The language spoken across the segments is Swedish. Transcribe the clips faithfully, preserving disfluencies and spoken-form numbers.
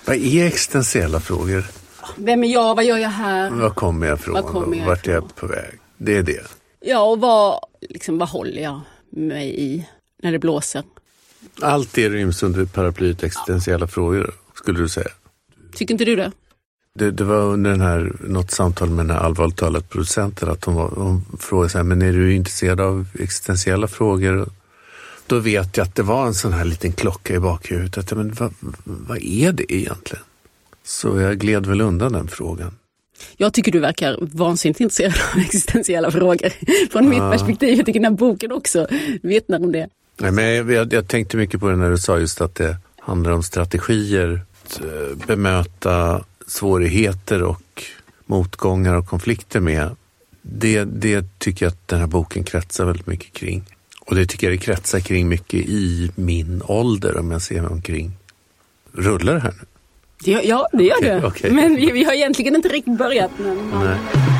Vad är existentiella frågor? Vem är jag? Vad gör jag här? Var kommer jag ifrån? Var kommer jag Vart är ifrån? jag på väg? Det är det. Ja, och vad, liksom, vad håller jag mig i när det blåser? Allt det ryms under paraplyet existentiella frågor, skulle du säga. Tycker inte du det? Det, det var under den här, något samtal med den här allvarligt talat producenten att hon, var, hon frågade så här, men är du intresserad av existentiella frågor? Då vet jag att det var en sån här liten klocka i bakhuvudet. Men vad, vad är det egentligen? Så jag gled väl undan den frågan. Jag tycker du verkar vansinnigt intresserad av existentiella frågor. Från mitt ja. perspektiv, jag tycker den här boken också vittnar om det. Nej, men jag, jag, jag tänkte mycket på det när du sa just att det handlar om strategier, att bemöta svårigheter och motgångar och konflikter med. Det, det tycker jag att den här boken kretsar väldigt mycket kring. Och det tycker jag det kretsar kring mycket i min ålder, om jag ser mig omkring. Rullar det här nu? Ja, ja det gör okay, det. Okay. Men vi, vi har egentligen inte riktigt börjat. Men... Nej.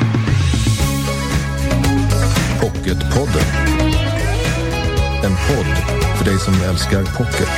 Pocketpodden. En podd för dig som älskar pocket.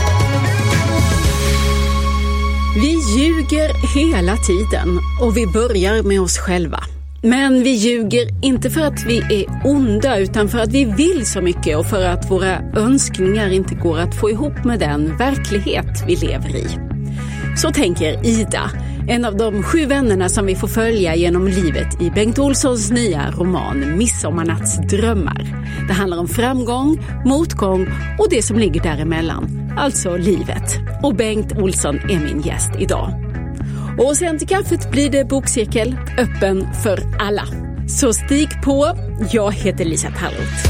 Vi ljuger hela tiden och vi börjar med oss själva. Men vi ljuger inte för att vi är onda utan för att vi vill så mycket och för att våra önskningar inte går att få ihop med den verklighet vi lever i. Så tänker Ida, en av de sju vännerna som vi får följa genom livet i Bengt Olssons nya roman Midsommarnattsdrömmar. Det handlar om framgång, motgång och det som ligger däremellan, alltså livet. Och Bengt Olsson är min gäst idag. Och sen till kaffet blir det bokcirkel, öppen för alla. Så stig på, jag heter Lisa Tallroth.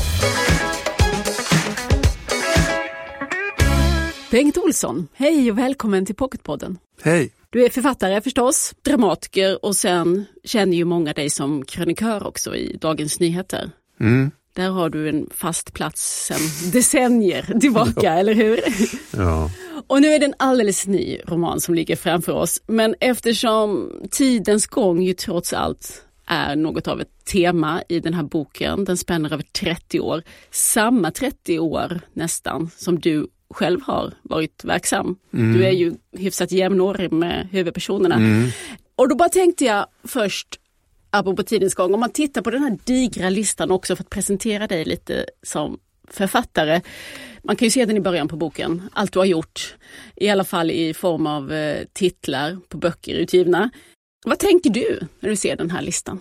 Bengt Olsson, hej och välkommen till Pocketpodden. Hej. Du är författare förstås, dramatiker och sen känner ju många dig som krönikör också i Dagens Nyheter. Mm. Där har du en fast plats sedan decennier tillbaka, ja. Eller hur? Ja. Och nu är det en alldeles ny roman som ligger framför oss. Men eftersom tidens gång ju trots allt är något av ett tema i den här boken, den spänner över trettio år, samma trettio år nästan som du själv har varit verksam. Mm. Du är ju hyfsat jämnårig med huvudpersonerna. Mm. Och då bara tänkte jag först, apropå tidens gång, om man tittar på den här digra listan också för att presentera dig lite som författare. Man kan ju se den i början på boken. Allt du har gjort, i alla fall i form av eh, titlar på böcker utgivna. Vad tänker du när du ser den här listan?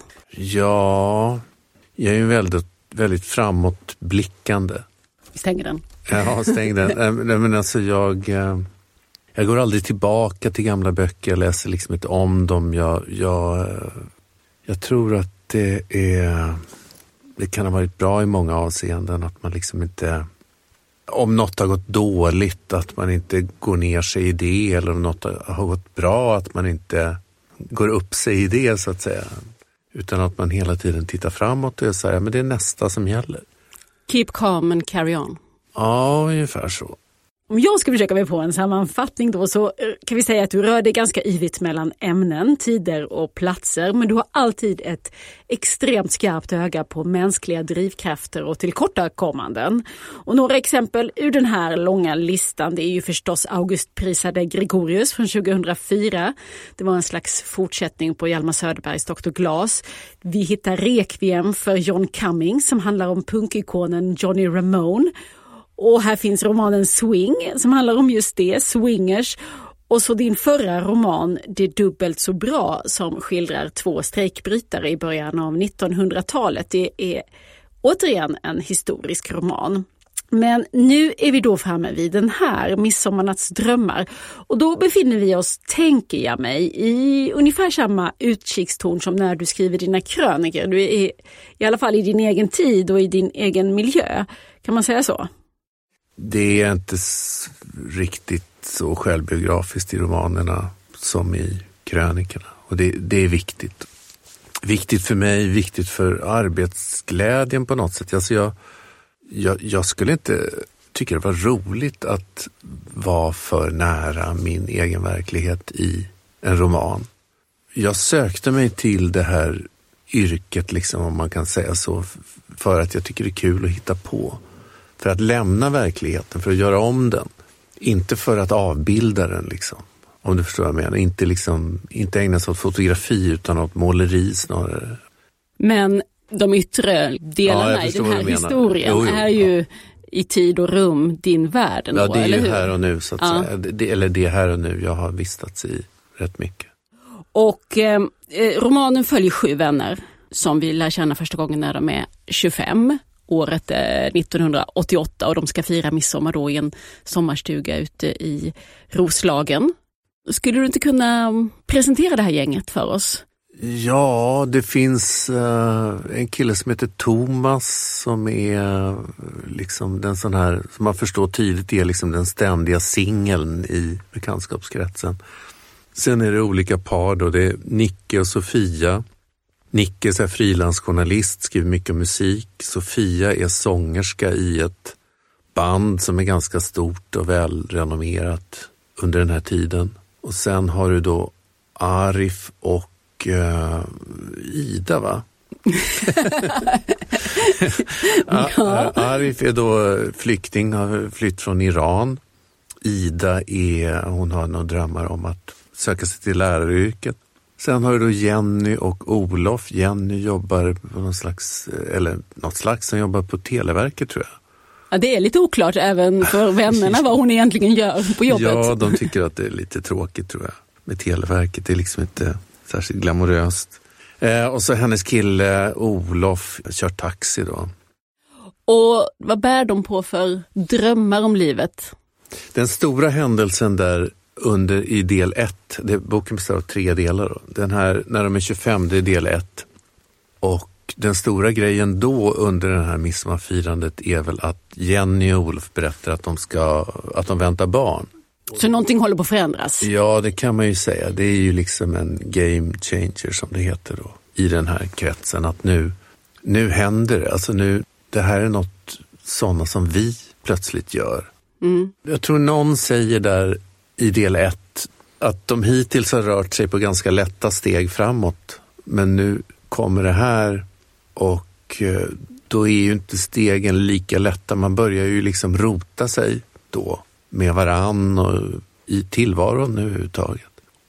Ja, jag är ju väldigt, väldigt framåtblickande. Vi stänger den. Ja, stäng den. Men alltså jag, jag går aldrig tillbaka till gamla böcker. Jag läser liksom inte om dem. Jag, jag, jag tror att det är... Det kan ha varit bra i många avseenden att man liksom inte... Om något har gått dåligt, att man inte går ner sig i det. Eller om något har gått bra, att man inte går upp sig i det, så att säga. Utan att man hela tiden tittar framåt och säger, men det är nästa som gäller. Keep calm and carry on. Ja, ungefär så. Om jag ska försöka mig på en sammanfattning då, så kan vi säga att du rör dig ganska yvigt mellan ämnen, tider och platser. Men du har alltid ett extremt skarpt öga på mänskliga drivkrafter och tillkortakommanden. Och några exempel ur den här långa listan, det är ju förstås Augustprisade Gregorius från tjugohundrafyra. Det var en slags fortsättning på Hjalmar Söderbergs doktor Glas. Vi hittar Requiem för John Cummings som handlar om punkikonen Johnny Ramone. Och här finns romanen Swing som handlar om just det, swingers. Och så din förra roman, Det är dubbelt så bra, som skildrar två strejkbrytare i början av nittonhundratalet. Det är återigen en historisk roman. Men nu är vi då framme vid den här, Midsommarnattsdrömmar. Och då befinner vi oss, tänker jag mig, i ungefär samma utkikstorn som när du skriver dina krönikor. Du är i alla fall i din egen tid och i din egen miljö. Kan man säga så? Det är inte riktigt så självbiografiskt i romanerna som i krönikorna. Och det, det är viktigt. Viktigt för mig, viktigt för arbetsglädjen på något sätt. Alltså jag, jag, jag skulle inte tycka det var roligt att vara för nära min egen verklighet i en roman. Jag sökte mig till det här yrket, liksom, om man kan säga så, för att jag tycker det är kul att hitta på. För att lämna verkligheten, för att göra om den. Inte för att avbilda den liksom. Om du förstår vad jag menar. Inte, liksom, inte ägna sig åt fotografi utan åt måleri snarare. Men de yttre delarna ja, i den här historien jo, jo, är ju ja. i tid och rum din värld ändå, ja, det är eller ju hur? här och nu så att ja. säga. Det, eller det är här och nu jag har vistats i rätt mycket. Och eh, romanen följer sju vänner som vi lär känna första gången när de är tjugofem. Året är nittonhundraåttioåtta och de ska fira midsommar då i en sommarstuga ute i Roslagen. Skulle du inte kunna presentera det här gänget för oss? Ja, det finns uh, en kille som heter Thomas som är uh, liksom den sån här, som man förstår tidigt är liksom den ständiga singeln i bekantskapskretsen. Sen är det olika par då, det är Nicke och Sofia. Nicke är frilansjournalist, skriver mycket musik. Sofia är sångerska i ett band som är ganska stort och välrenommerat under den här tiden. Och sen har du då Arif och uh, Ida, va? ja. Arif är då flykting, har flytt från Iran. Ida är, hon har några drömmar om att söka sig till läraryrket. Sen har du då Jenny och Olof. Jenny jobbar på någon slags, eller något slags, som jobbar på Televerket tror jag. Ja, det är lite oklart även för vännerna vad hon egentligen gör på jobbet. Ja, de tycker att det är lite tråkigt tror jag med Televerket. Det är liksom inte särskilt glamoröst. Eh, och så hennes kille Olof kör taxi då. Och vad bär de på för drömmar om livet? Den stora händelsen där under i del ett, det, boken består av tre delar då. Den här, när de är tjugofem, det är del ett. Och den stora grejen då under det här midsommarfirandet är väl att Jenny och Olof berättar att de ska, att de väntar barn. Så någonting håller på att förändras? Ja, det kan man ju säga. Det är ju liksom en game changer som det heter då. I den här kretsen att nu, nu händer det. Alltså nu, det här är något sådana som vi plötsligt gör. Mm. Jag tror någon säger där i del ett att de hittills har rört sig på ganska lätta steg framåt. Men nu kommer det här och då är ju inte stegen lika lätta. Man börjar ju liksom rota sig då med varann och i tillvaron överhuvudtaget.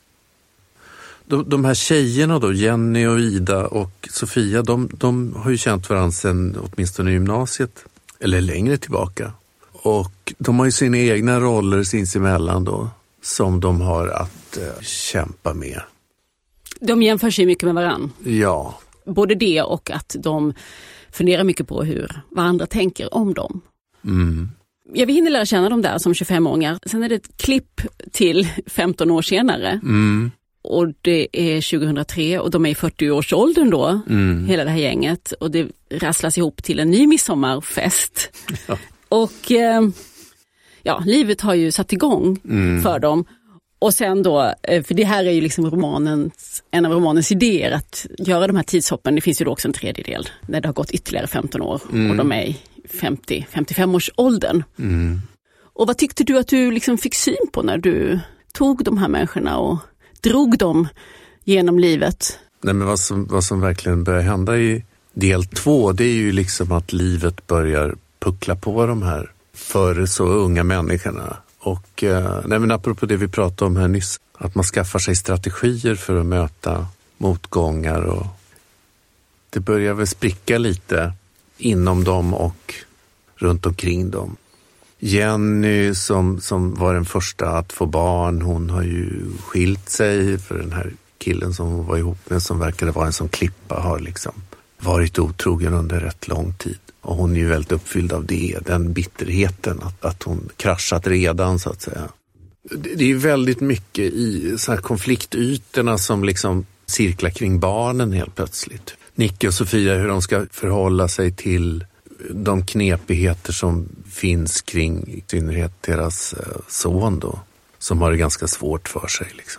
De, de här tjejerna då, Jenny och Ida och Sofia, de, de har ju känt varandra sedan åtminstone i gymnasiet. Eller längre tillbaka. Och de har ju sina egna roller sinsemellan då som de har att eh, kämpa med. De jämför sig mycket med varann. Ja. Både det och att de funderar mycket på hur varandra tänker om dem. Mm. Ja, vi hinner lära känna dem där som tjugofem-åringar. Sen är det ett klipp till femton år senare. Mm. Och det är tjugohundratre och de är i fyrtio-årsåldern då, mm. hela det här gänget. Och det rasslas ihop till en ny midsommarfest. Ja. Och eh, ja, livet har ju satt igång mm. för dem. Och sen då, för det här är ju liksom romanens, en av romanens idéer att göra de här tidshoppen. Det finns ju då också en tredjedel när det har gått ytterligare femton år mm. och de är i femtio till femtiofem års åldern. Mm. Och vad tyckte du att du liksom fick syn på när du tog de här människorna och drog dem genom livet? Nej, men vad som, vad som verkligen börjar hända i del två, det är ju liksom att livet börjar puckla på de här för så unga människorna. Och eh, nej, men apropå det vi pratade om här nyss, att man skaffar sig strategier för att möta motgångar och det börjar väl spricka lite inom dem och runt omkring dem. Jenny som, som var den första att få barn, hon har ju skilt sig för den här killen som hon var ihop med som verkade vara en som klippa har liksom varit otrogen under rätt lång tid. Och hon är ju väldigt uppfylld av det, den bitterheten att, att hon kraschat redan så att säga. Det, det är ju väldigt mycket i så här konfliktytorna som liksom cirklar kring barnen helt plötsligt. Nicke och Sofia, hur de ska förhålla sig till de knepigheter som finns kring i synnerhet deras son då, som har det ganska svårt för sig liksom.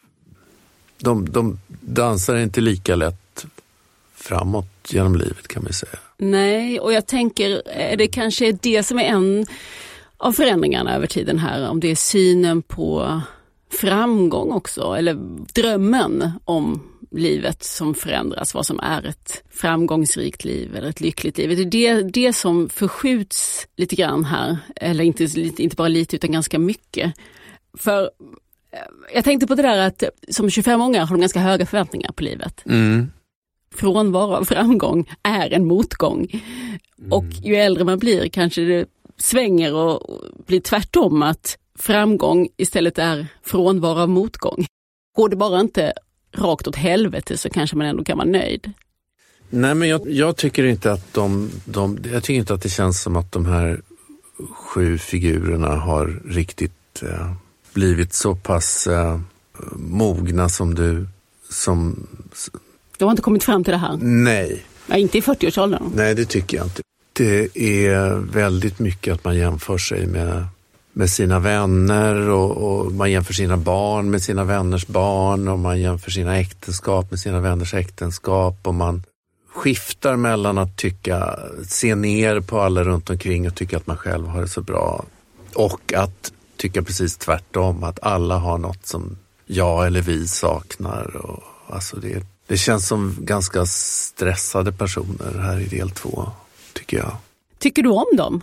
De, de dansar inte lika lätt framåt genom livet kan man säga. Nej, och jag tänker, det kanske är det som är en av förändringarna över tiden här, om det är synen på framgång också, eller drömmen om livet som förändras, vad som är ett framgångsrikt liv eller ett lyckligt liv. Det är det, det som förskjuts lite grann här, eller inte, inte bara lite utan ganska mycket. För Jag tänkte på det där att som tjugofem-åringar har de ganska höga förväntningar på livet. Mm. Frånvaro av framgång är en motgång. Mm. Och ju äldre man blir kanske det svänger och blir tvärtom, att framgång istället är frånvaro av motgång. Går det bara inte rakt åt helvete så kanske man ändå kan vara nöjd. Nej, men jag, jag tycker inte att de, de jag tycker inte att det känns som att de här sju figurerna har riktigt eh, blivit så pass eh, mogna som du som... Du har inte kommit fram till det här? Nej. Ja, inte i fyrtioårsåldern? Nej, det tycker jag inte. Det är väldigt mycket att man jämför sig med, med sina vänner och, och man jämför sina barn med sina vänners barn och man jämför sina äktenskap med sina vänners äktenskap och man skiftar mellan att tycka, se ner på alla runt omkring och tycka att man själv har det så bra och att tycka precis tvärtom, att alla har något som jag eller vi saknar. Och, alltså det, det känns som ganska stressade personer här i del två, tycker jag. Tycker du om dem?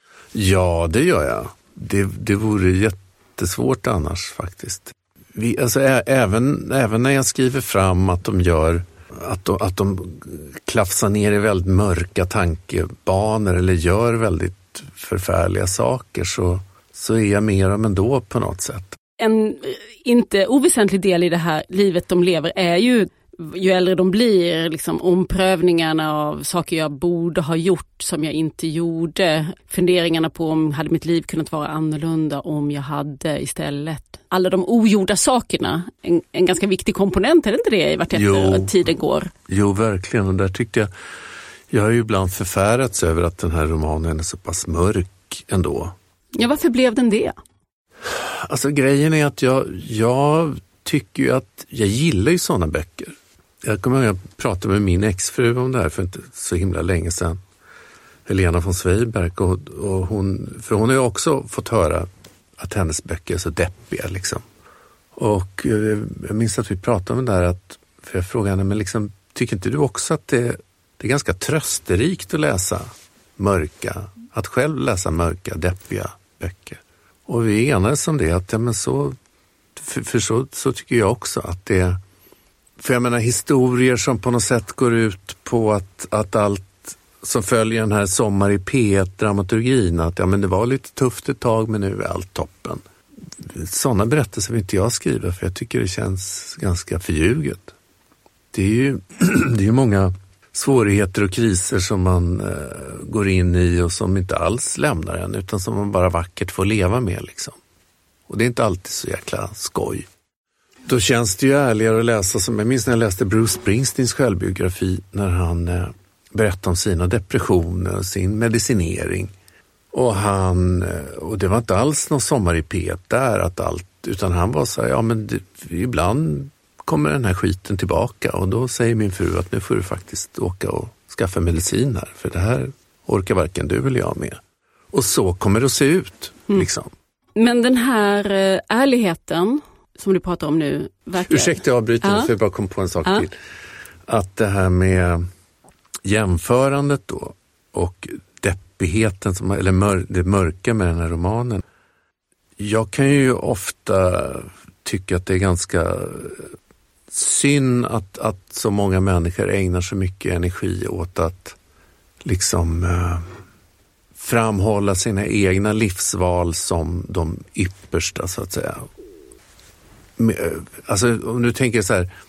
Ja, det gör jag. Det, det vore jättesvårt annars faktiskt. Vi, alltså, ä, även, även när jag skriver fram att de gör Att de, att de klafsar ner i väldigt mörka tankebanor eller gör väldigt förfärliga saker, så, så är jag med dem ändå på något sätt. En inte oväsentlig del i det här livet de lever är ju, ju äldre de blir, liksom omprövningarna av saker jag borde ha gjort som jag inte gjorde. Funderingarna på om hade mitt liv kunnat vara annorlunda om jag hade istället. Alla de ogjorda sakerna, en, en ganska viktig komponent, är det inte det, i vart efter tiden går? Jo, verkligen. Och där tyckte jag, jag har ju ibland förfärats över att den här romanen är så pass mörk ändå. Ja, varför blev den det? Alltså grejen är att jag, jag tycker ju att, jag gillar ju sådana böcker. Jag kommer ihåg att jag pratade med min exfru om det här för inte så himla länge sedan. Helena von Zweiberg. Och, och hon, för hon har ju också fått höra att hennes böcker är så deppiga liksom. Och eh, jag minns att vi pratade om det där, att, för jag frågade henne, men liksom, tycker inte du också att det, det är ganska trösterikt att läsa mörka, att själv läsa mörka, deppiga böcker? Och vi enades om det, att ja, men så, för, för så, så tycker jag också att det, för jag menar historier som på något sätt går ut på att, att allt som följer den här Sommar i P ett-dramaturgin, att ja, men det var lite tufft ett tag men nu är allt toppen. Sådana berättelser vill inte jag skriva, för jag tycker det känns ganska förljuget. Det är ju det är ju många svårigheter och kriser som man eh, går in i och som inte alls lämnar en, utan som man bara vackert får leva med liksom. Och det är inte alltid så jäkla skoj. Då känns det ju ärligare att läsa, som jag minns när jag läste Bruce Springsteens självbiografi, när han eh, berättade om sina depressioner och sin medicinering. Och han, och det var inte alls någon Sommar i P ett där att allt, utan han var så här, ja men det, ibland kommer den här skiten tillbaka och då säger min fru att nu får du faktiskt åka och skaffa medicin här, för det här orkar varken du eller jag med. Och så kommer det att se ut mm. liksom. Men den här ärligheten som du pratar om nu verkar... Ursäkta jag avbryter, uh-huh. för jag bara kom på en sak uh-huh. till. Att det här med jämförandet då och deppigheten, som, eller mör, det mörka med den här romanen. Jag kan ju ofta tycka att det är ganska synd att, att så många människor ägnar så mycket energi åt att liksom eh, framhålla sina egna livsval som de yppersta, så att säga. Alltså om du tänker så här,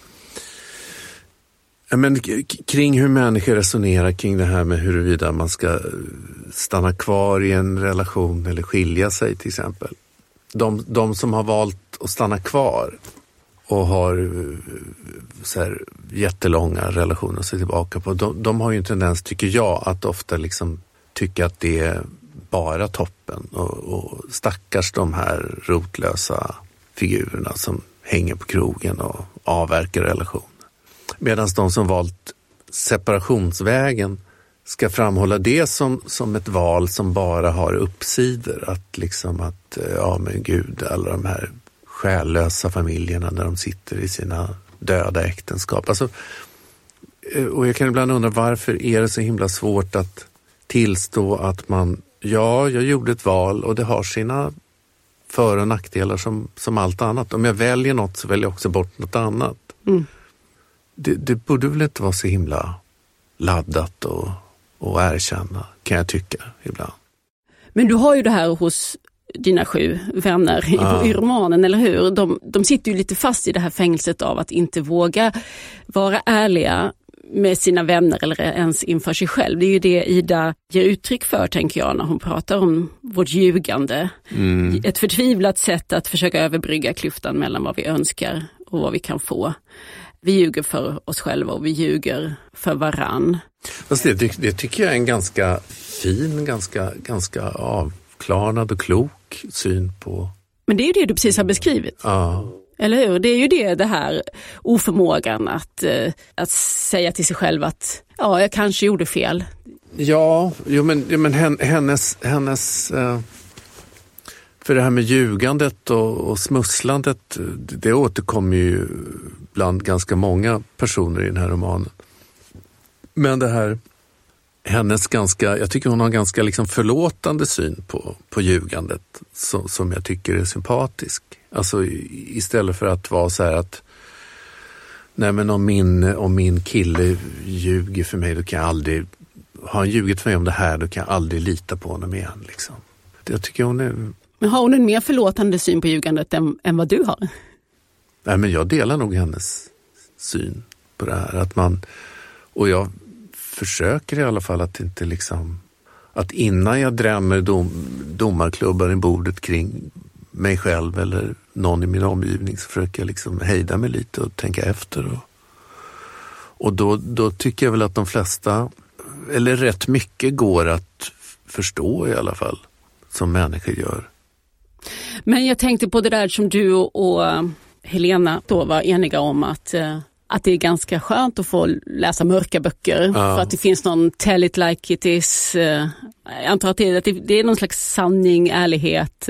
men kring hur människor resonerar kring det här med huruvida man ska stanna kvar i en relation eller skilja sig till exempel. De, de som har valt att stanna kvar och har så här jättelånga relationer att se tillbaka på, de, de har ju en tendens, tycker jag, att ofta liksom tycka att det är bara toppen och, och stackars de här rotlösa figurerna som hänger på krogen och avverkar relationer. Medan de som valt separationsvägen ska framhålla det som, som ett val som bara har uppsidor. Att liksom att, ja men gud, alla de här själlösa familjerna när de sitter i sina döda äktenskap. Alltså, och jag kan ibland undra, varför är det så himla svårt att tillstå att man, ja, jag gjorde ett val och det har sina för- och nackdelar som, som allt annat. Om jag väljer något så väljer jag också bort något annat. Mm. Det, det borde väl inte vara så himla laddat och, och erkänna, kan jag tycka ibland. Men du har ju det här hos dina sju vänner Ja. i romanen, eller hur? De, de sitter ju lite fast i det här fängelset av att inte våga vara ärliga med sina vänner eller ens inför sig själv. Det är ju det Ida ger uttryck för, tänker jag, när hon pratar om vårt ljugande. Mm. Ett förtvivlat sätt att försöka överbrygga klyftan mellan vad vi önskar och vad vi kan få. Vi ljuger för oss själva och vi ljuger för varann. Fast det, det, det tycker jag är en ganska fin, ganska, ganska avklarnad och klok syn på... Men det är ju det du precis har beskrivit. Ja. Eller hur? Det är ju det, det här oförmågan att, eh, att säga till sig själv att ja, jag kanske gjorde fel. Ja, jo, men, jo, men hennes... hennes eh, för det här med ljugandet och, och smusslandet, det, det återkommer ju bland ganska många personer i den här romanen. Men det här, hennes ganska, jag tycker hon har en ganska liksom förlåtande syn på, på ljugandet som, som jag tycker är sympatisk. Alltså istället för att vara så här att nej, men om min, om min kille ljuger för mig, då kan jag aldrig, har han ljugit för mig om det här, då kan jag aldrig lita på honom igen liksom. Jag tycker hon är... Men har hon en mer förlåtande syn på ljugandet än, än vad du har? Nej, men jag delar nog hennes syn på det här. Att man, och jag försöker i alla fall att inte liksom, att innan jag drämmer dom, domarklubbar i bordet kring mig själv eller någon i min omgivning, så försöker jag liksom hejda mig lite och tänka efter. Och, och då, då tycker jag väl att de flesta, eller rätt mycket, går att förstå i alla fall, som människor gör. Men jag tänkte på det där som du och Helena då var eniga om, att, att det är ganska skönt att få läsa mörka böcker. Ja. För att det finns någon tell it like it is. Jag antar att det, att det är någon slags sanning, ärlighet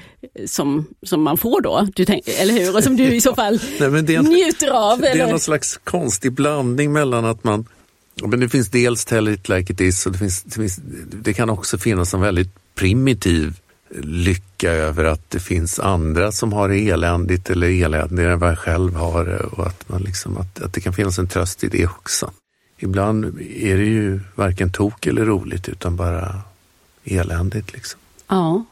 som, som man får då. Du tänk, eller hur? Och som du i så fall Nej, men det är en, njuter av. Det eller? är någon slags konstig blandning mellan att man... Men det finns dels tell it like it is, och det, finns, det, finns, det kan också finnas en väldigt primitiv lycka över att det finns andra som har det eländigt eller eländigare än vad jag själv har det, och att, man liksom, att, att det kan finnas en tröst i det också. Ibland är det ju varken tok eller roligt utan bara eländigt liksom. Ja.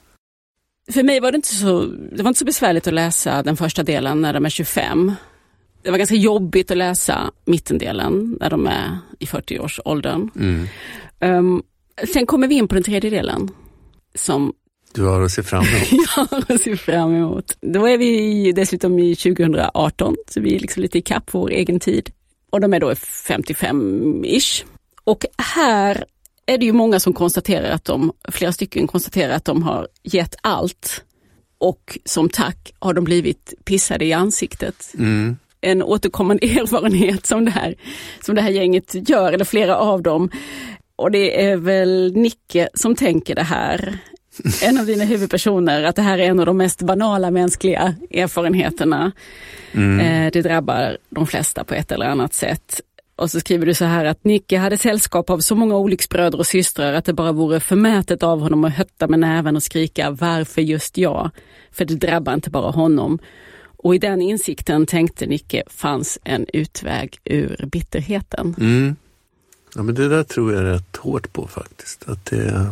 För mig var det inte så, det var inte så besvärligt att läsa den första delen när de är tjugofem. Det var ganska jobbigt att läsa mittendelen när de är i fyrtio-årsåldern. Mm. Um, sen kommer vi in på den tredje delen som du har att se fram emot. Jag har att se fram emot. Då är vi dessutom i tjugo arton, så vi är liksom lite i kapp vår egen tid. Och de är då femtiofem-ish. Och här är det ju många som konstaterar att de, flera stycken konstaterar att de har gett allt. Och som tack har de blivit pissade i ansiktet. Mm. En återkommande erfarenhet som det här, som det här gänget gör, eller flera av dem. Och det är väl Nicke som tänker det här. En av dina huvudpersoner, att det här är en av de mest banala mänskliga erfarenheterna. Mm. Eh, det drabbar de flesta på ett eller annat sätt. Och så skriver du så här att Nicke hade sällskap av så många olycksbröder och systrar att det bara vore förmätet av honom att hötta med näven och skrika varför just jag? För det drabbar inte bara honom. Och i den insikten tänkte Nicke fanns en utväg ur bitterheten. Mm. Ja, men det där tror jag är rätt hårt på faktiskt. Att det...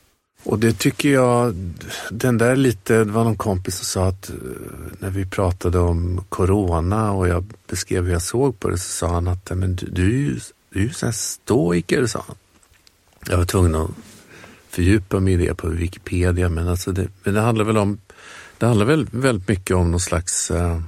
Och det tycker jag, den där lite, det var någon kompis som sa att när vi pratade om corona och jag beskrev hur jag såg på det, så sa han att men du, du är ju, du är ju så här stoiker, sa han. Jag var tvungen att fördjupa mig i det på Wikipedia, men alltså det, men det handlar väl om, det handlar väl väldigt mycket om någon slags... Uh...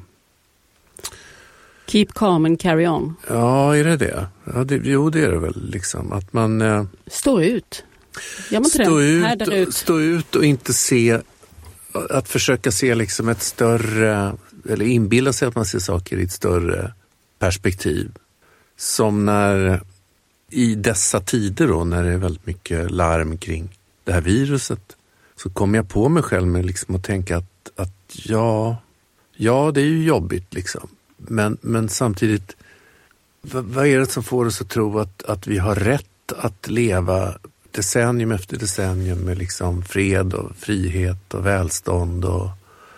Keep calm and carry on. Ja, är det det? Ja, det jo, det är det väl liksom. Att man... Uh... Stå ut. Stå ut, ut. stå ut och inte se, att försöka se liksom ett större, eller inbilla sig att man ser saker i ett större perspektiv. Som när i dessa tider då, när det är väldigt mycket larm kring det här viruset, så kommer jag på mig själv med liksom att tänka att, att ja, ja, det är ju jobbigt liksom. Men, men samtidigt, vad, vad är det som får oss att tro att, att vi har rätt att leva decennium efter decennium med liksom fred och frihet och välstånd och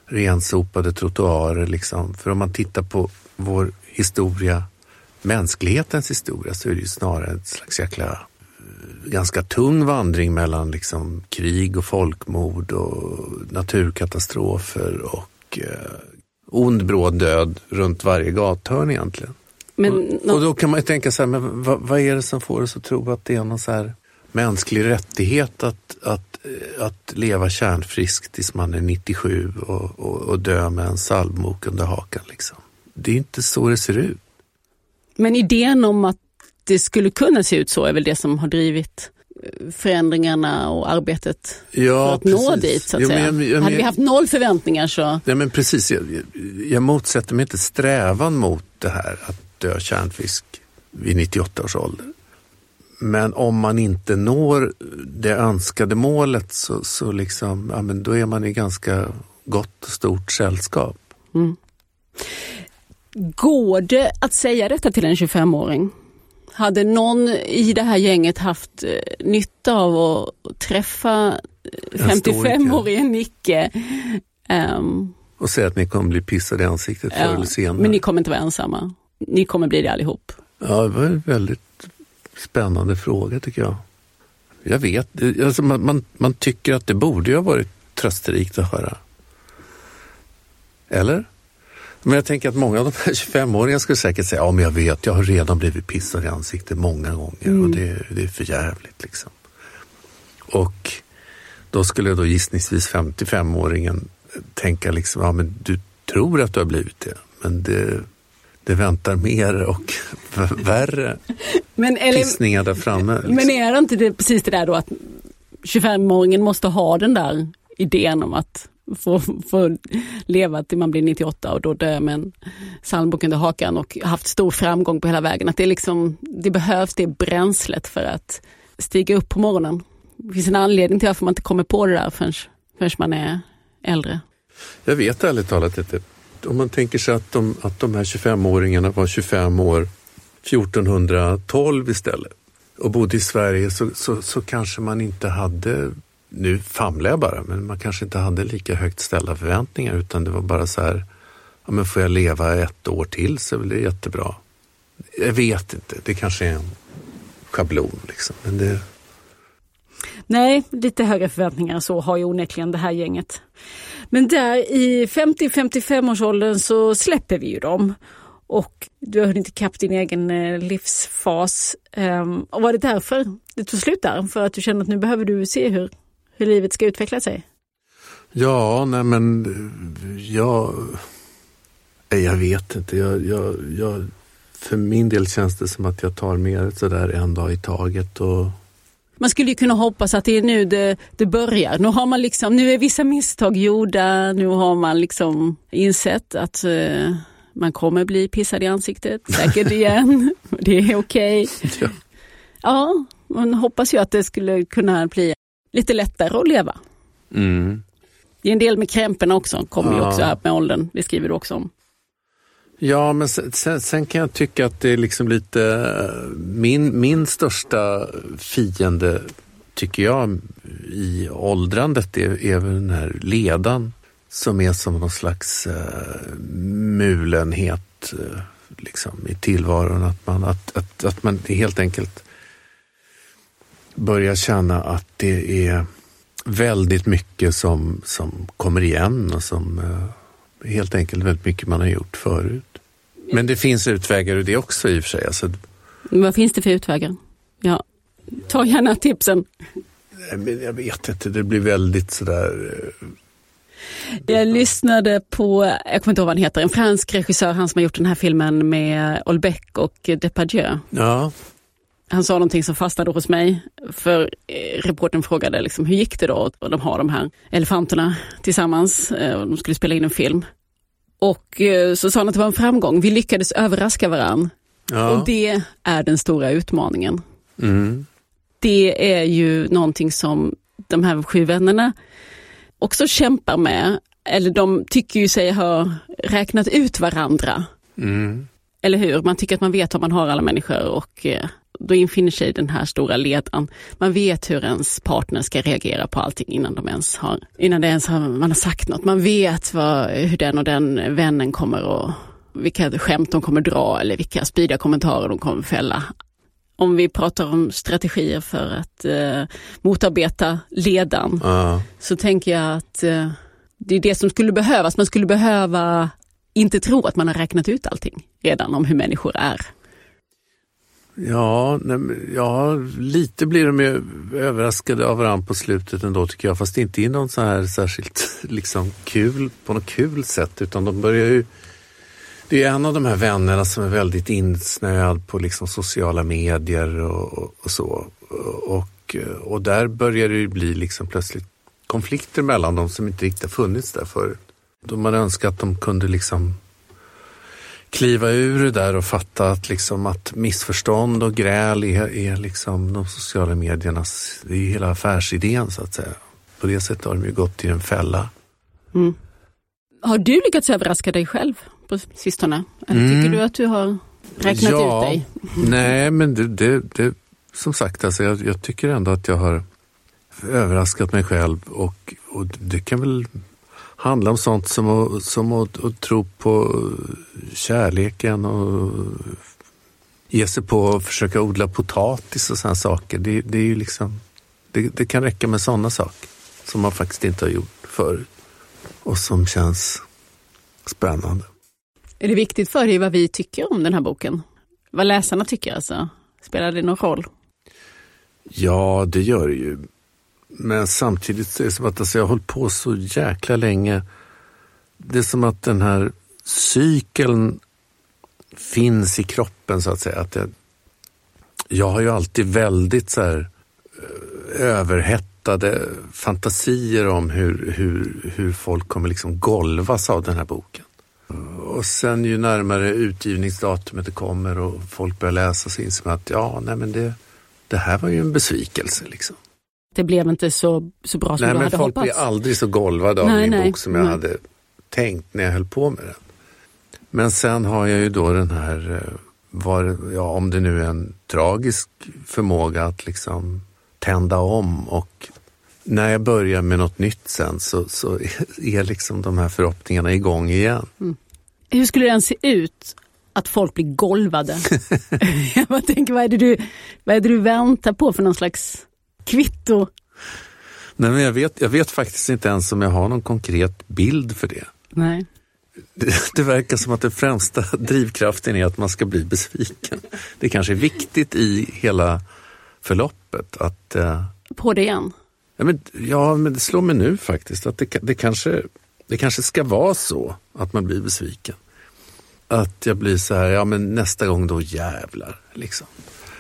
rensopade trottoarer liksom. För om man tittar på vår historia, mänsklighetens historia, så är det ju snarare ett slags jäkla ganska tung vandring mellan liksom krig och folkmord och naturkatastrofer och eh, ond bråd död runt varje gathörn egentligen. Men, och, och då kan man ju tänka så här, men vad, vad är det som får oss att tro att det är någon så här mänsklig rättighet att, att, att leva kärnfriskt tills man är nittiosju och, och, och dö med en salvmok under hakan liksom. Det är inte så det ser ut. Men idén om att det skulle kunna se ut så är väl det som har drivit förändringarna och arbetet ja, för att precis. nå dit så att jo, säga. Men, jag, Hade vi haft noll förväntningar så... Ja men precis, jag, jag motsätter mig inte strävan mot det här att dö kärnfisk vid nittioåtta års ålder. Men om man inte når det önskade målet så, så liksom, ja, men då är man i ganska gott och stort sällskap. Mm. Går det att säga detta till en tjugofemåring? Hade någon i det här gänget haft eh, nytta av att träffa femtiofemårige Nicke? Um, och säga att ni kommer bli pissade i ansiktet ja, förr eller senare. Men ni kommer inte vara ensamma. Ni kommer bli det allihop. Ja, det var en väldigt spännande fråga tycker jag. Jag vet, alltså man, man, man tycker att det borde ju ha varit trösterikt att höra. Eller? Men jag tänker att många av de här tjugofemåringarna skulle säkert säga, ja men jag vet, jag har redan blivit pissad i ansiktet många gånger mm. och det, det är för jävligt liksom. Och då skulle då gissningsvis femtiofemåringen tänka liksom, ja men du tror att du har blivit det, men det, det väntar mer och värre men, eller, pissningar där framme. Liksom. Men är det inte det, precis det där då att tjugofemåringen måste ha den där idén om att få, få leva till man blir nittioåtta och då dö med en salmbok under hakan och haft stor framgång på hela vägen. Att det, är liksom, det behövs det bränslet för att stiga upp på morgonen. Det finns en anledning till varför man inte kommer på det där förrän, förrän man är äldre. Jag vet ärligt talat inte. Om man tänker sig att de, att de här tjugofemåringarna var tjugofem år fjortonhundratolv istället och bodde i Sverige så, så, så kanske man inte hade... Nu famlar jag bara, men man kanske inte hade lika högt ställda förväntningar utan det var bara så här, ja men får jag leva ett år till så är det jättebra. Jag vet inte, det kanske är en schablon liksom, men det... Nej, lite högre förväntningar så har ju onekligen det här gänget. Men där i femtio till femtiofem års åldern så släpper vi ju dem. Och du har inte kappt din egen livsfas. Um, och var det därför det tog slut där? För att du känner att nu behöver du se hur, hur livet ska utveckla sig? Ja, nej men jag, jag vet inte. Jag, jag, jag, för min del känns det som att jag tar mer så där en dag i taget. Och... Man skulle ju kunna hoppas att det är nu det, det börjar. Nu har man liksom, nu är vissa misstag gjorda. Nu har man liksom insett att... Uh, man kommer bli pissad i ansiktet, säkert igen. Det är okej. Okay. Ja. ja, man hoppas ju att det skulle kunna bli lite lättare att leva. Mm. Det är en del med krämporna också, kommer ja. ju också här med åldern. Det skriver du också om. Ja, men sen, sen, sen kan jag tycka att det är liksom lite... Min, min största fiende, tycker jag, i åldrandet är, är den här ledan. Som är som någon slags uh, mulenhet uh, liksom, i tillvaron. Att man, att, att, att man helt enkelt börjar känna att det är väldigt mycket som, som kommer igen och som uh, helt enkelt väldigt mycket man har gjort förut. Men det finns utvägar ur det också i och för sig. Alltså, vad finns det för utvägar? Ja, ta gärna tipsen. Jag vet inte, det blir väldigt sådär... Uh, Jag lyssnade på, jag kommer inte ihåg vad han heter, en fransk regissör, han som har gjort den här filmen med Olbeck och Depardieu. Ja. Han sa någonting som fastnade hos mig, för reportern frågade liksom, hur gick det då? Och de har de här elefanterna tillsammans, och de skulle spela in en film. Och så sa han att det var en framgång, vi lyckades överraska varann. Ja. Och det är den stora utmaningen. Mm. Det är ju någonting som de här sju vännerna också kämpar med, eller de tycker ju sig ha räknat ut varandra. Mm. Eller hur? Man tycker att man vet vad man har alla människor och, då infinner sig den här stora ledan. Man vet hur ens partner ska reagera på allting innan de ens har, innan det ens har, man har sagt något. Man vet vad, hur den och den vännen kommer att, vilka skämt de kommer dra eller vilka spydiga kommentarer de kommer fälla. Om vi pratar om strategier för att eh, motarbeta ledan uh. så tänker jag att eh, det är det som skulle behövas. Man skulle behöva inte tro att man har räknat ut allting redan om hur människor är. Ja, nej, ja lite blir de ju överraskade av varandra på slutet ändå tycker jag. Fast inte i någon så här särskilt liksom kul, på något kul sätt. Utan de börjar ju, det är en av de här vännerna som är väldigt insnöad på liksom sociala medier och, och så. Och, och där börjar det ju bli liksom plötsligt konflikter mellan dem som inte riktigt har funnits där förut. De hade önskat att de kunde liksom kliva ur det där och fatta att, liksom att missförstånd och gräl är, är liksom de sociala mediernas, det är ju hela affärsidén så att säga. På det sättet har de ju gått till en fälla. Mm. Har du lyckats överraska dig själv på sistone? Eller mm. tycker du att du har räknat ja, ut dig? Nej, men det, det, det som sagt, alltså, jag, jag tycker ändå att jag har överraskat mig själv och, och det kan väl handla om sånt som, att, som att, att tro på kärleken och ge sig på att försöka odla potatis och sådana saker. Det, det är ju liksom, det, det kan räcka med sådana saker som man faktiskt inte har gjort förut och som känns spännande. Är det viktigt för dig vad vi tycker om den här boken? Vad läsarna tycker alltså? Spelar det någon roll? Ja, det gör det ju. Men samtidigt så är det som att alltså, jag har hållit på så jäkla länge. Det är som att den här cykeln finns i kroppen så att säga. Att jag, jag har ju alltid väldigt så här överhettade fantasier om hur, hur, hur folk kommer liksom golvas av den här boken. Och sen ju närmare utgivningsdatumet det kommer och folk börjar läsa så inser man att ja, nej men det, det här var ju en besvikelse liksom. Det blev inte så, så bra som nej, du hade hoppats. Nej, men folk blir aldrig så golvade av nej, min nej, bok som jag nej. hade tänkt när jag höll på med den. Men sen har jag ju då den här, var, ja, om det nu är en tragisk förmåga att liksom tända om och när jag börjar med något nytt sen så, så är liksom de här förhoppningarna igång igen. Mm. Hur skulle den se ut att folk blir golvade? Jag tänker, vad är, det du, vad är det du väntar på för någon slags kvitto? Nej, men jag vet, jag vet faktiskt inte ens om jag har någon konkret bild för det. Nej. Det, det verkar som att den främsta drivkraften är att man ska bli besviken. Det kanske är viktigt i hela förloppet att... Uh... På det igen? Ja men, ja, men det slår mig nu faktiskt att det, det, kanske, det kanske ska vara så att man blir besviken. Att jag blir så här, ja men nästa gång då jävlar liksom.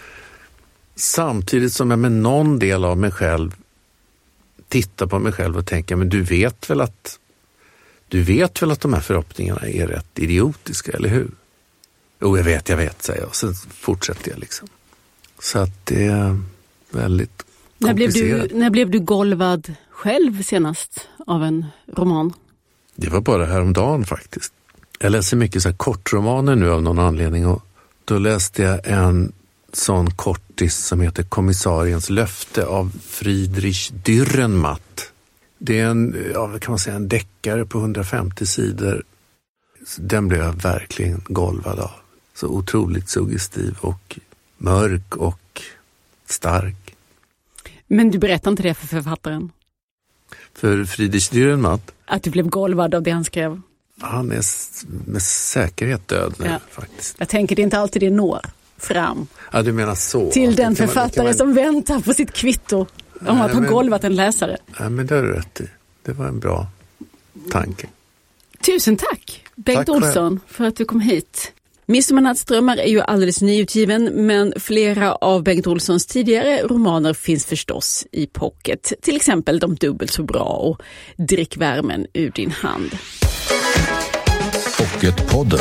Samtidigt som jag med någon del av mig själv tittar på mig själv och tänker, men du vet väl att du vet väl att de här förhoppningarna är rätt idiotiska, eller hur? Jo, jag vet, jag vet, säger jag. Och sen fortsätter jag liksom. Så att det är väldigt när blev, du, när blev du golvad själv senast av en roman? Det var bara häromdagen faktiskt. Jag läser mycket så här kortromaner nu av någon anledning och då läste jag en sån kortis som heter Kommissariens löfte av Friedrich Dürrenmatt. Det är en, ja, vad kan man säga, en deckare på hundrafemtio sidor. Den blev jag verkligen golvad av. Så otroligt suggestiv och mörk och stark. Men du berättar inte det för författaren? För Friedrich Dürrenmatt? Att du blev golvad av det han skrev? Han är med säkerhet död nu, ja. Faktiskt. Jag tänker det är inte alltid det når fram. Ja, du menar så. Till den författare man, man... som väntar på sitt kvitto om nej, att ha men... golvat en läsare. Ja, men det har du rätt i. Det var en bra tanke. Tusen tack, Bengt tack Olsson, för att du kom hit. Midsommarnattsdrömmar är ju alldeles nyutgiven, men flera av Bengt Olssons tidigare romaner finns förstås i pocket. Till exempel De dubbelt så bra och Drick värmen ur din hand. Pocketpodden.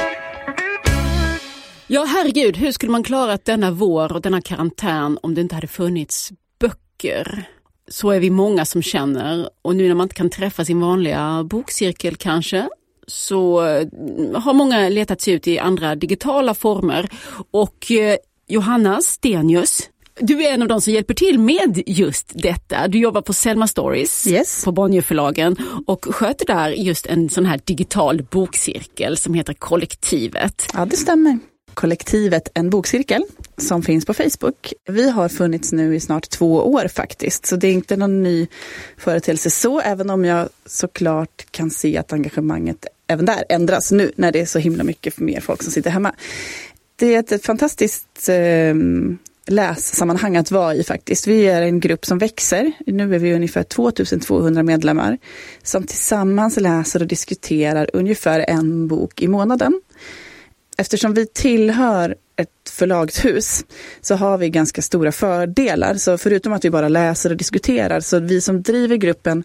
Ja, herregud, hur skulle man klara denna vår och denna karantän om det inte hade funnits böcker? Så är vi många som känner, och nu när man inte kan träffa sin vanliga bokcirkel kanske, så har många letat sig ut i andra digitala former. Och Johanna Stenius. Du är en av de som hjälper till med just detta. Du jobbar på Selma Stories yes. på Bonnierförlagen och sköter där just en sån här digital bokcirkel som heter Kollektivet. Ja, det stämmer. Kollektivet, en bokcirkel som finns på Facebook. Vi har funnits nu i snart två år faktiskt, så det är inte någon ny företeelse så, även om jag såklart kan se att engagemanget även där ändras nu när det är så himla mycket för mer folk som sitter hemma. Det är ett fantastiskt eh, lässammanhang att vara i faktiskt. Vi är en grupp som växer. Nu är vi ungefär tvåtusen-tvåhundra medlemmar som tillsammans läser och diskuterar ungefär en bok i månaden. Eftersom vi tillhör ett förlagshus så har vi ganska stora fördelar. Så förutom att vi bara läser och diskuterar, så vi som driver gruppen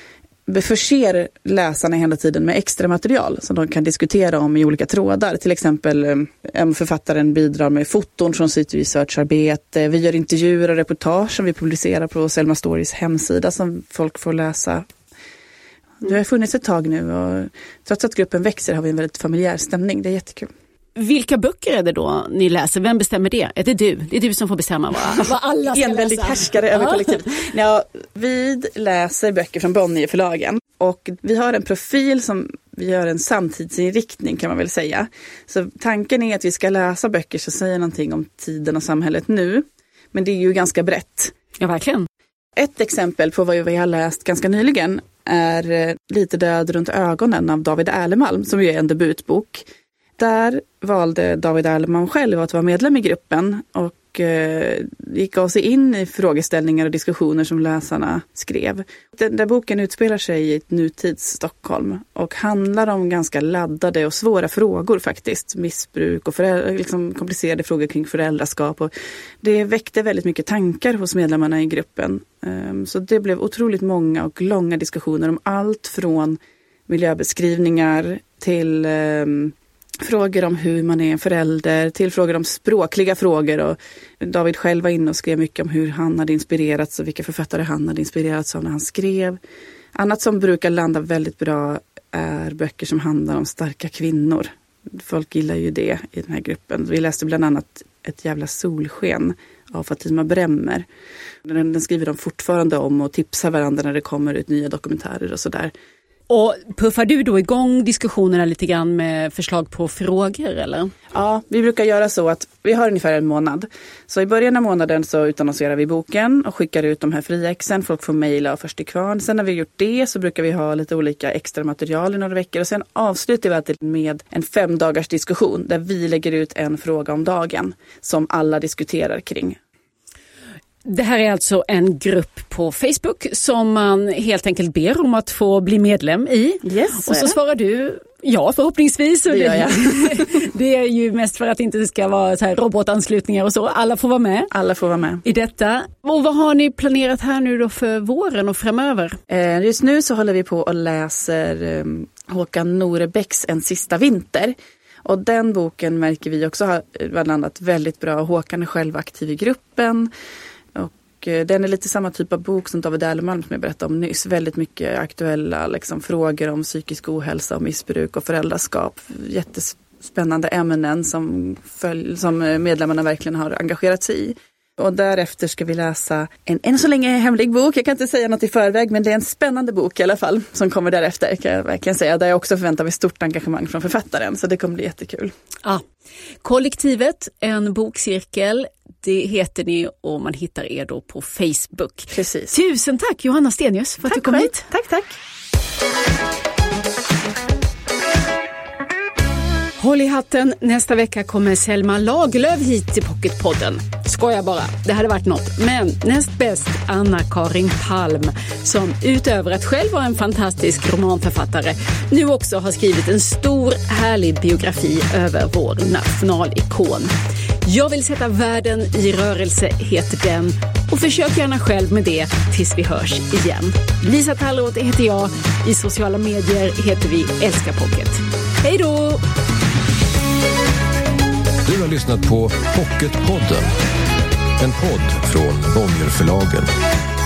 förser läsarna hela tiden med extra material som de kan diskutera om i olika trådar. Till exempel en författaren bidrar med foton från sitt researcharbete. Vi gör intervjuer och reportage som vi publicerar på Selma Stories hemsida som folk får läsa. Det har funnits ett tag nu och trots att gruppen växer har vi en väldigt familjär stämning. Det är jättekul. Vilka böcker är det då ni läser? Vem bestämmer det? Är det du? Det är du som får bestämma vad, vad alla ska Enväldig läsa. härskare över kollektivet. Ja, vi läser böcker från Bonnierförlagen och vi har en profil som vi gör en samtidsinriktning kan man väl säga. Så tanken är att vi ska läsa böcker som säger någonting om tiden och samhället nu. Men det är ju ganska brett. Ja, verkligen. Ett exempel på vad vi har läst ganska nyligen är Lite död runt ögonen av David Erlemalm som ju är en debutbok. Där valde David Erlemalm själv att vara medlem i gruppen och eh, gick av sig in i frågeställningar och diskussioner som läsarna skrev. Den där boken utspelar sig i ett nutids Stockholm och handlar om ganska laddade och svåra frågor faktiskt. Missbruk och föräldrar, liksom komplicerade frågor kring föräldraskap. Och det väckte väldigt mycket tankar hos medlemmarna i gruppen. Um, så det blev otroligt många och långa diskussioner om allt från miljöbeskrivningar till um, frågor om hur man är en förälder, till frågor om språkliga frågor. Och David själv var inne och skrev mycket om hur han hade inspirerats och vilka författare han hade inspirerats av när han skrev. Annat som brukar landa väldigt bra är böcker som handlar om starka kvinnor. Folk gillar ju det i den här gruppen. Vi läste bland annat Ett jävla solsken av Fatima Bremmer. Den, den skriver de fortfarande om och tipsar varandra när det kommer ut nya dokumentärer och sådär. Och puffar du då igång diskussionerna lite grann med förslag på frågor eller? Ja, vi brukar göra så att vi har ungefär en månad. Så i början av månaden så utannonserar vi boken och skickar ut de här fria exen. Folk får mejla och först till kvarn. Sen när vi har gjort det så brukar vi ha lite olika extra material i några veckor. Och sen avslutar vi alltid med en fem dagars diskussion där vi lägger ut en fråga om dagen som alla diskuterar kring. Det här är alltså en grupp på Facebook som man helt enkelt ber om att få bli medlem i. Yes, och så svarar du ja förhoppningsvis. Och det, gör jag. det är ju mest för att det inte ska vara så här robotanslutningar och så. Alla får vara med. Alla får vara med. I detta. Och vad har ni planerat här nu då för våren och framöver? Eh, just nu så håller vi på och läser eh, Håkan Norebäcks En sista vinter. Och den boken märker vi också har landat väldigt bra. Håkan är själv aktiv i gruppen. Den är lite samma typ av bok som David Erlemalm som jag berättade om nyss. Väldigt mycket aktuella liksom, frågor om psykisk ohälsa och missbruk och föräldraskap. Jättespännande ämnen som, följ, som medlemmarna verkligen har engagerat sig i. Och därefter ska vi läsa en än så länge hemlig bok. Jag kan inte säga något i förväg men det är en spännande bok i alla fall som kommer därefter kan jag verkligen säga. Där jag också förväntar mig stort engagemang från författaren så det kommer bli jättekul. Ja. Kollektivet, en bokcirkel. Det heter ni och man hittar er då på Facebook. Precis. Tusen tack Johanna Stenius för att tack du kom själv. hit. Tack, tack. Håll i hatten, nästa vecka kommer Selma Lagerlöf hit till Pocketpodden. Skojar bara, det hade varit något. Men näst bäst Anna-Karin Palm som utöver att själv vara en fantastisk romanförfattare nu också har skrivit en stor härlig biografi över vår nationalikon. Jag vill sätta världen i rörelse heter den och försök gärna själv med det tills vi hörs igen. Lisa Tallroth heter jag, i sociala medier heter vi Älska Pocket. Hej då! Du har lyssnat på Pocketpodden, en podd från Bonnierförlagen.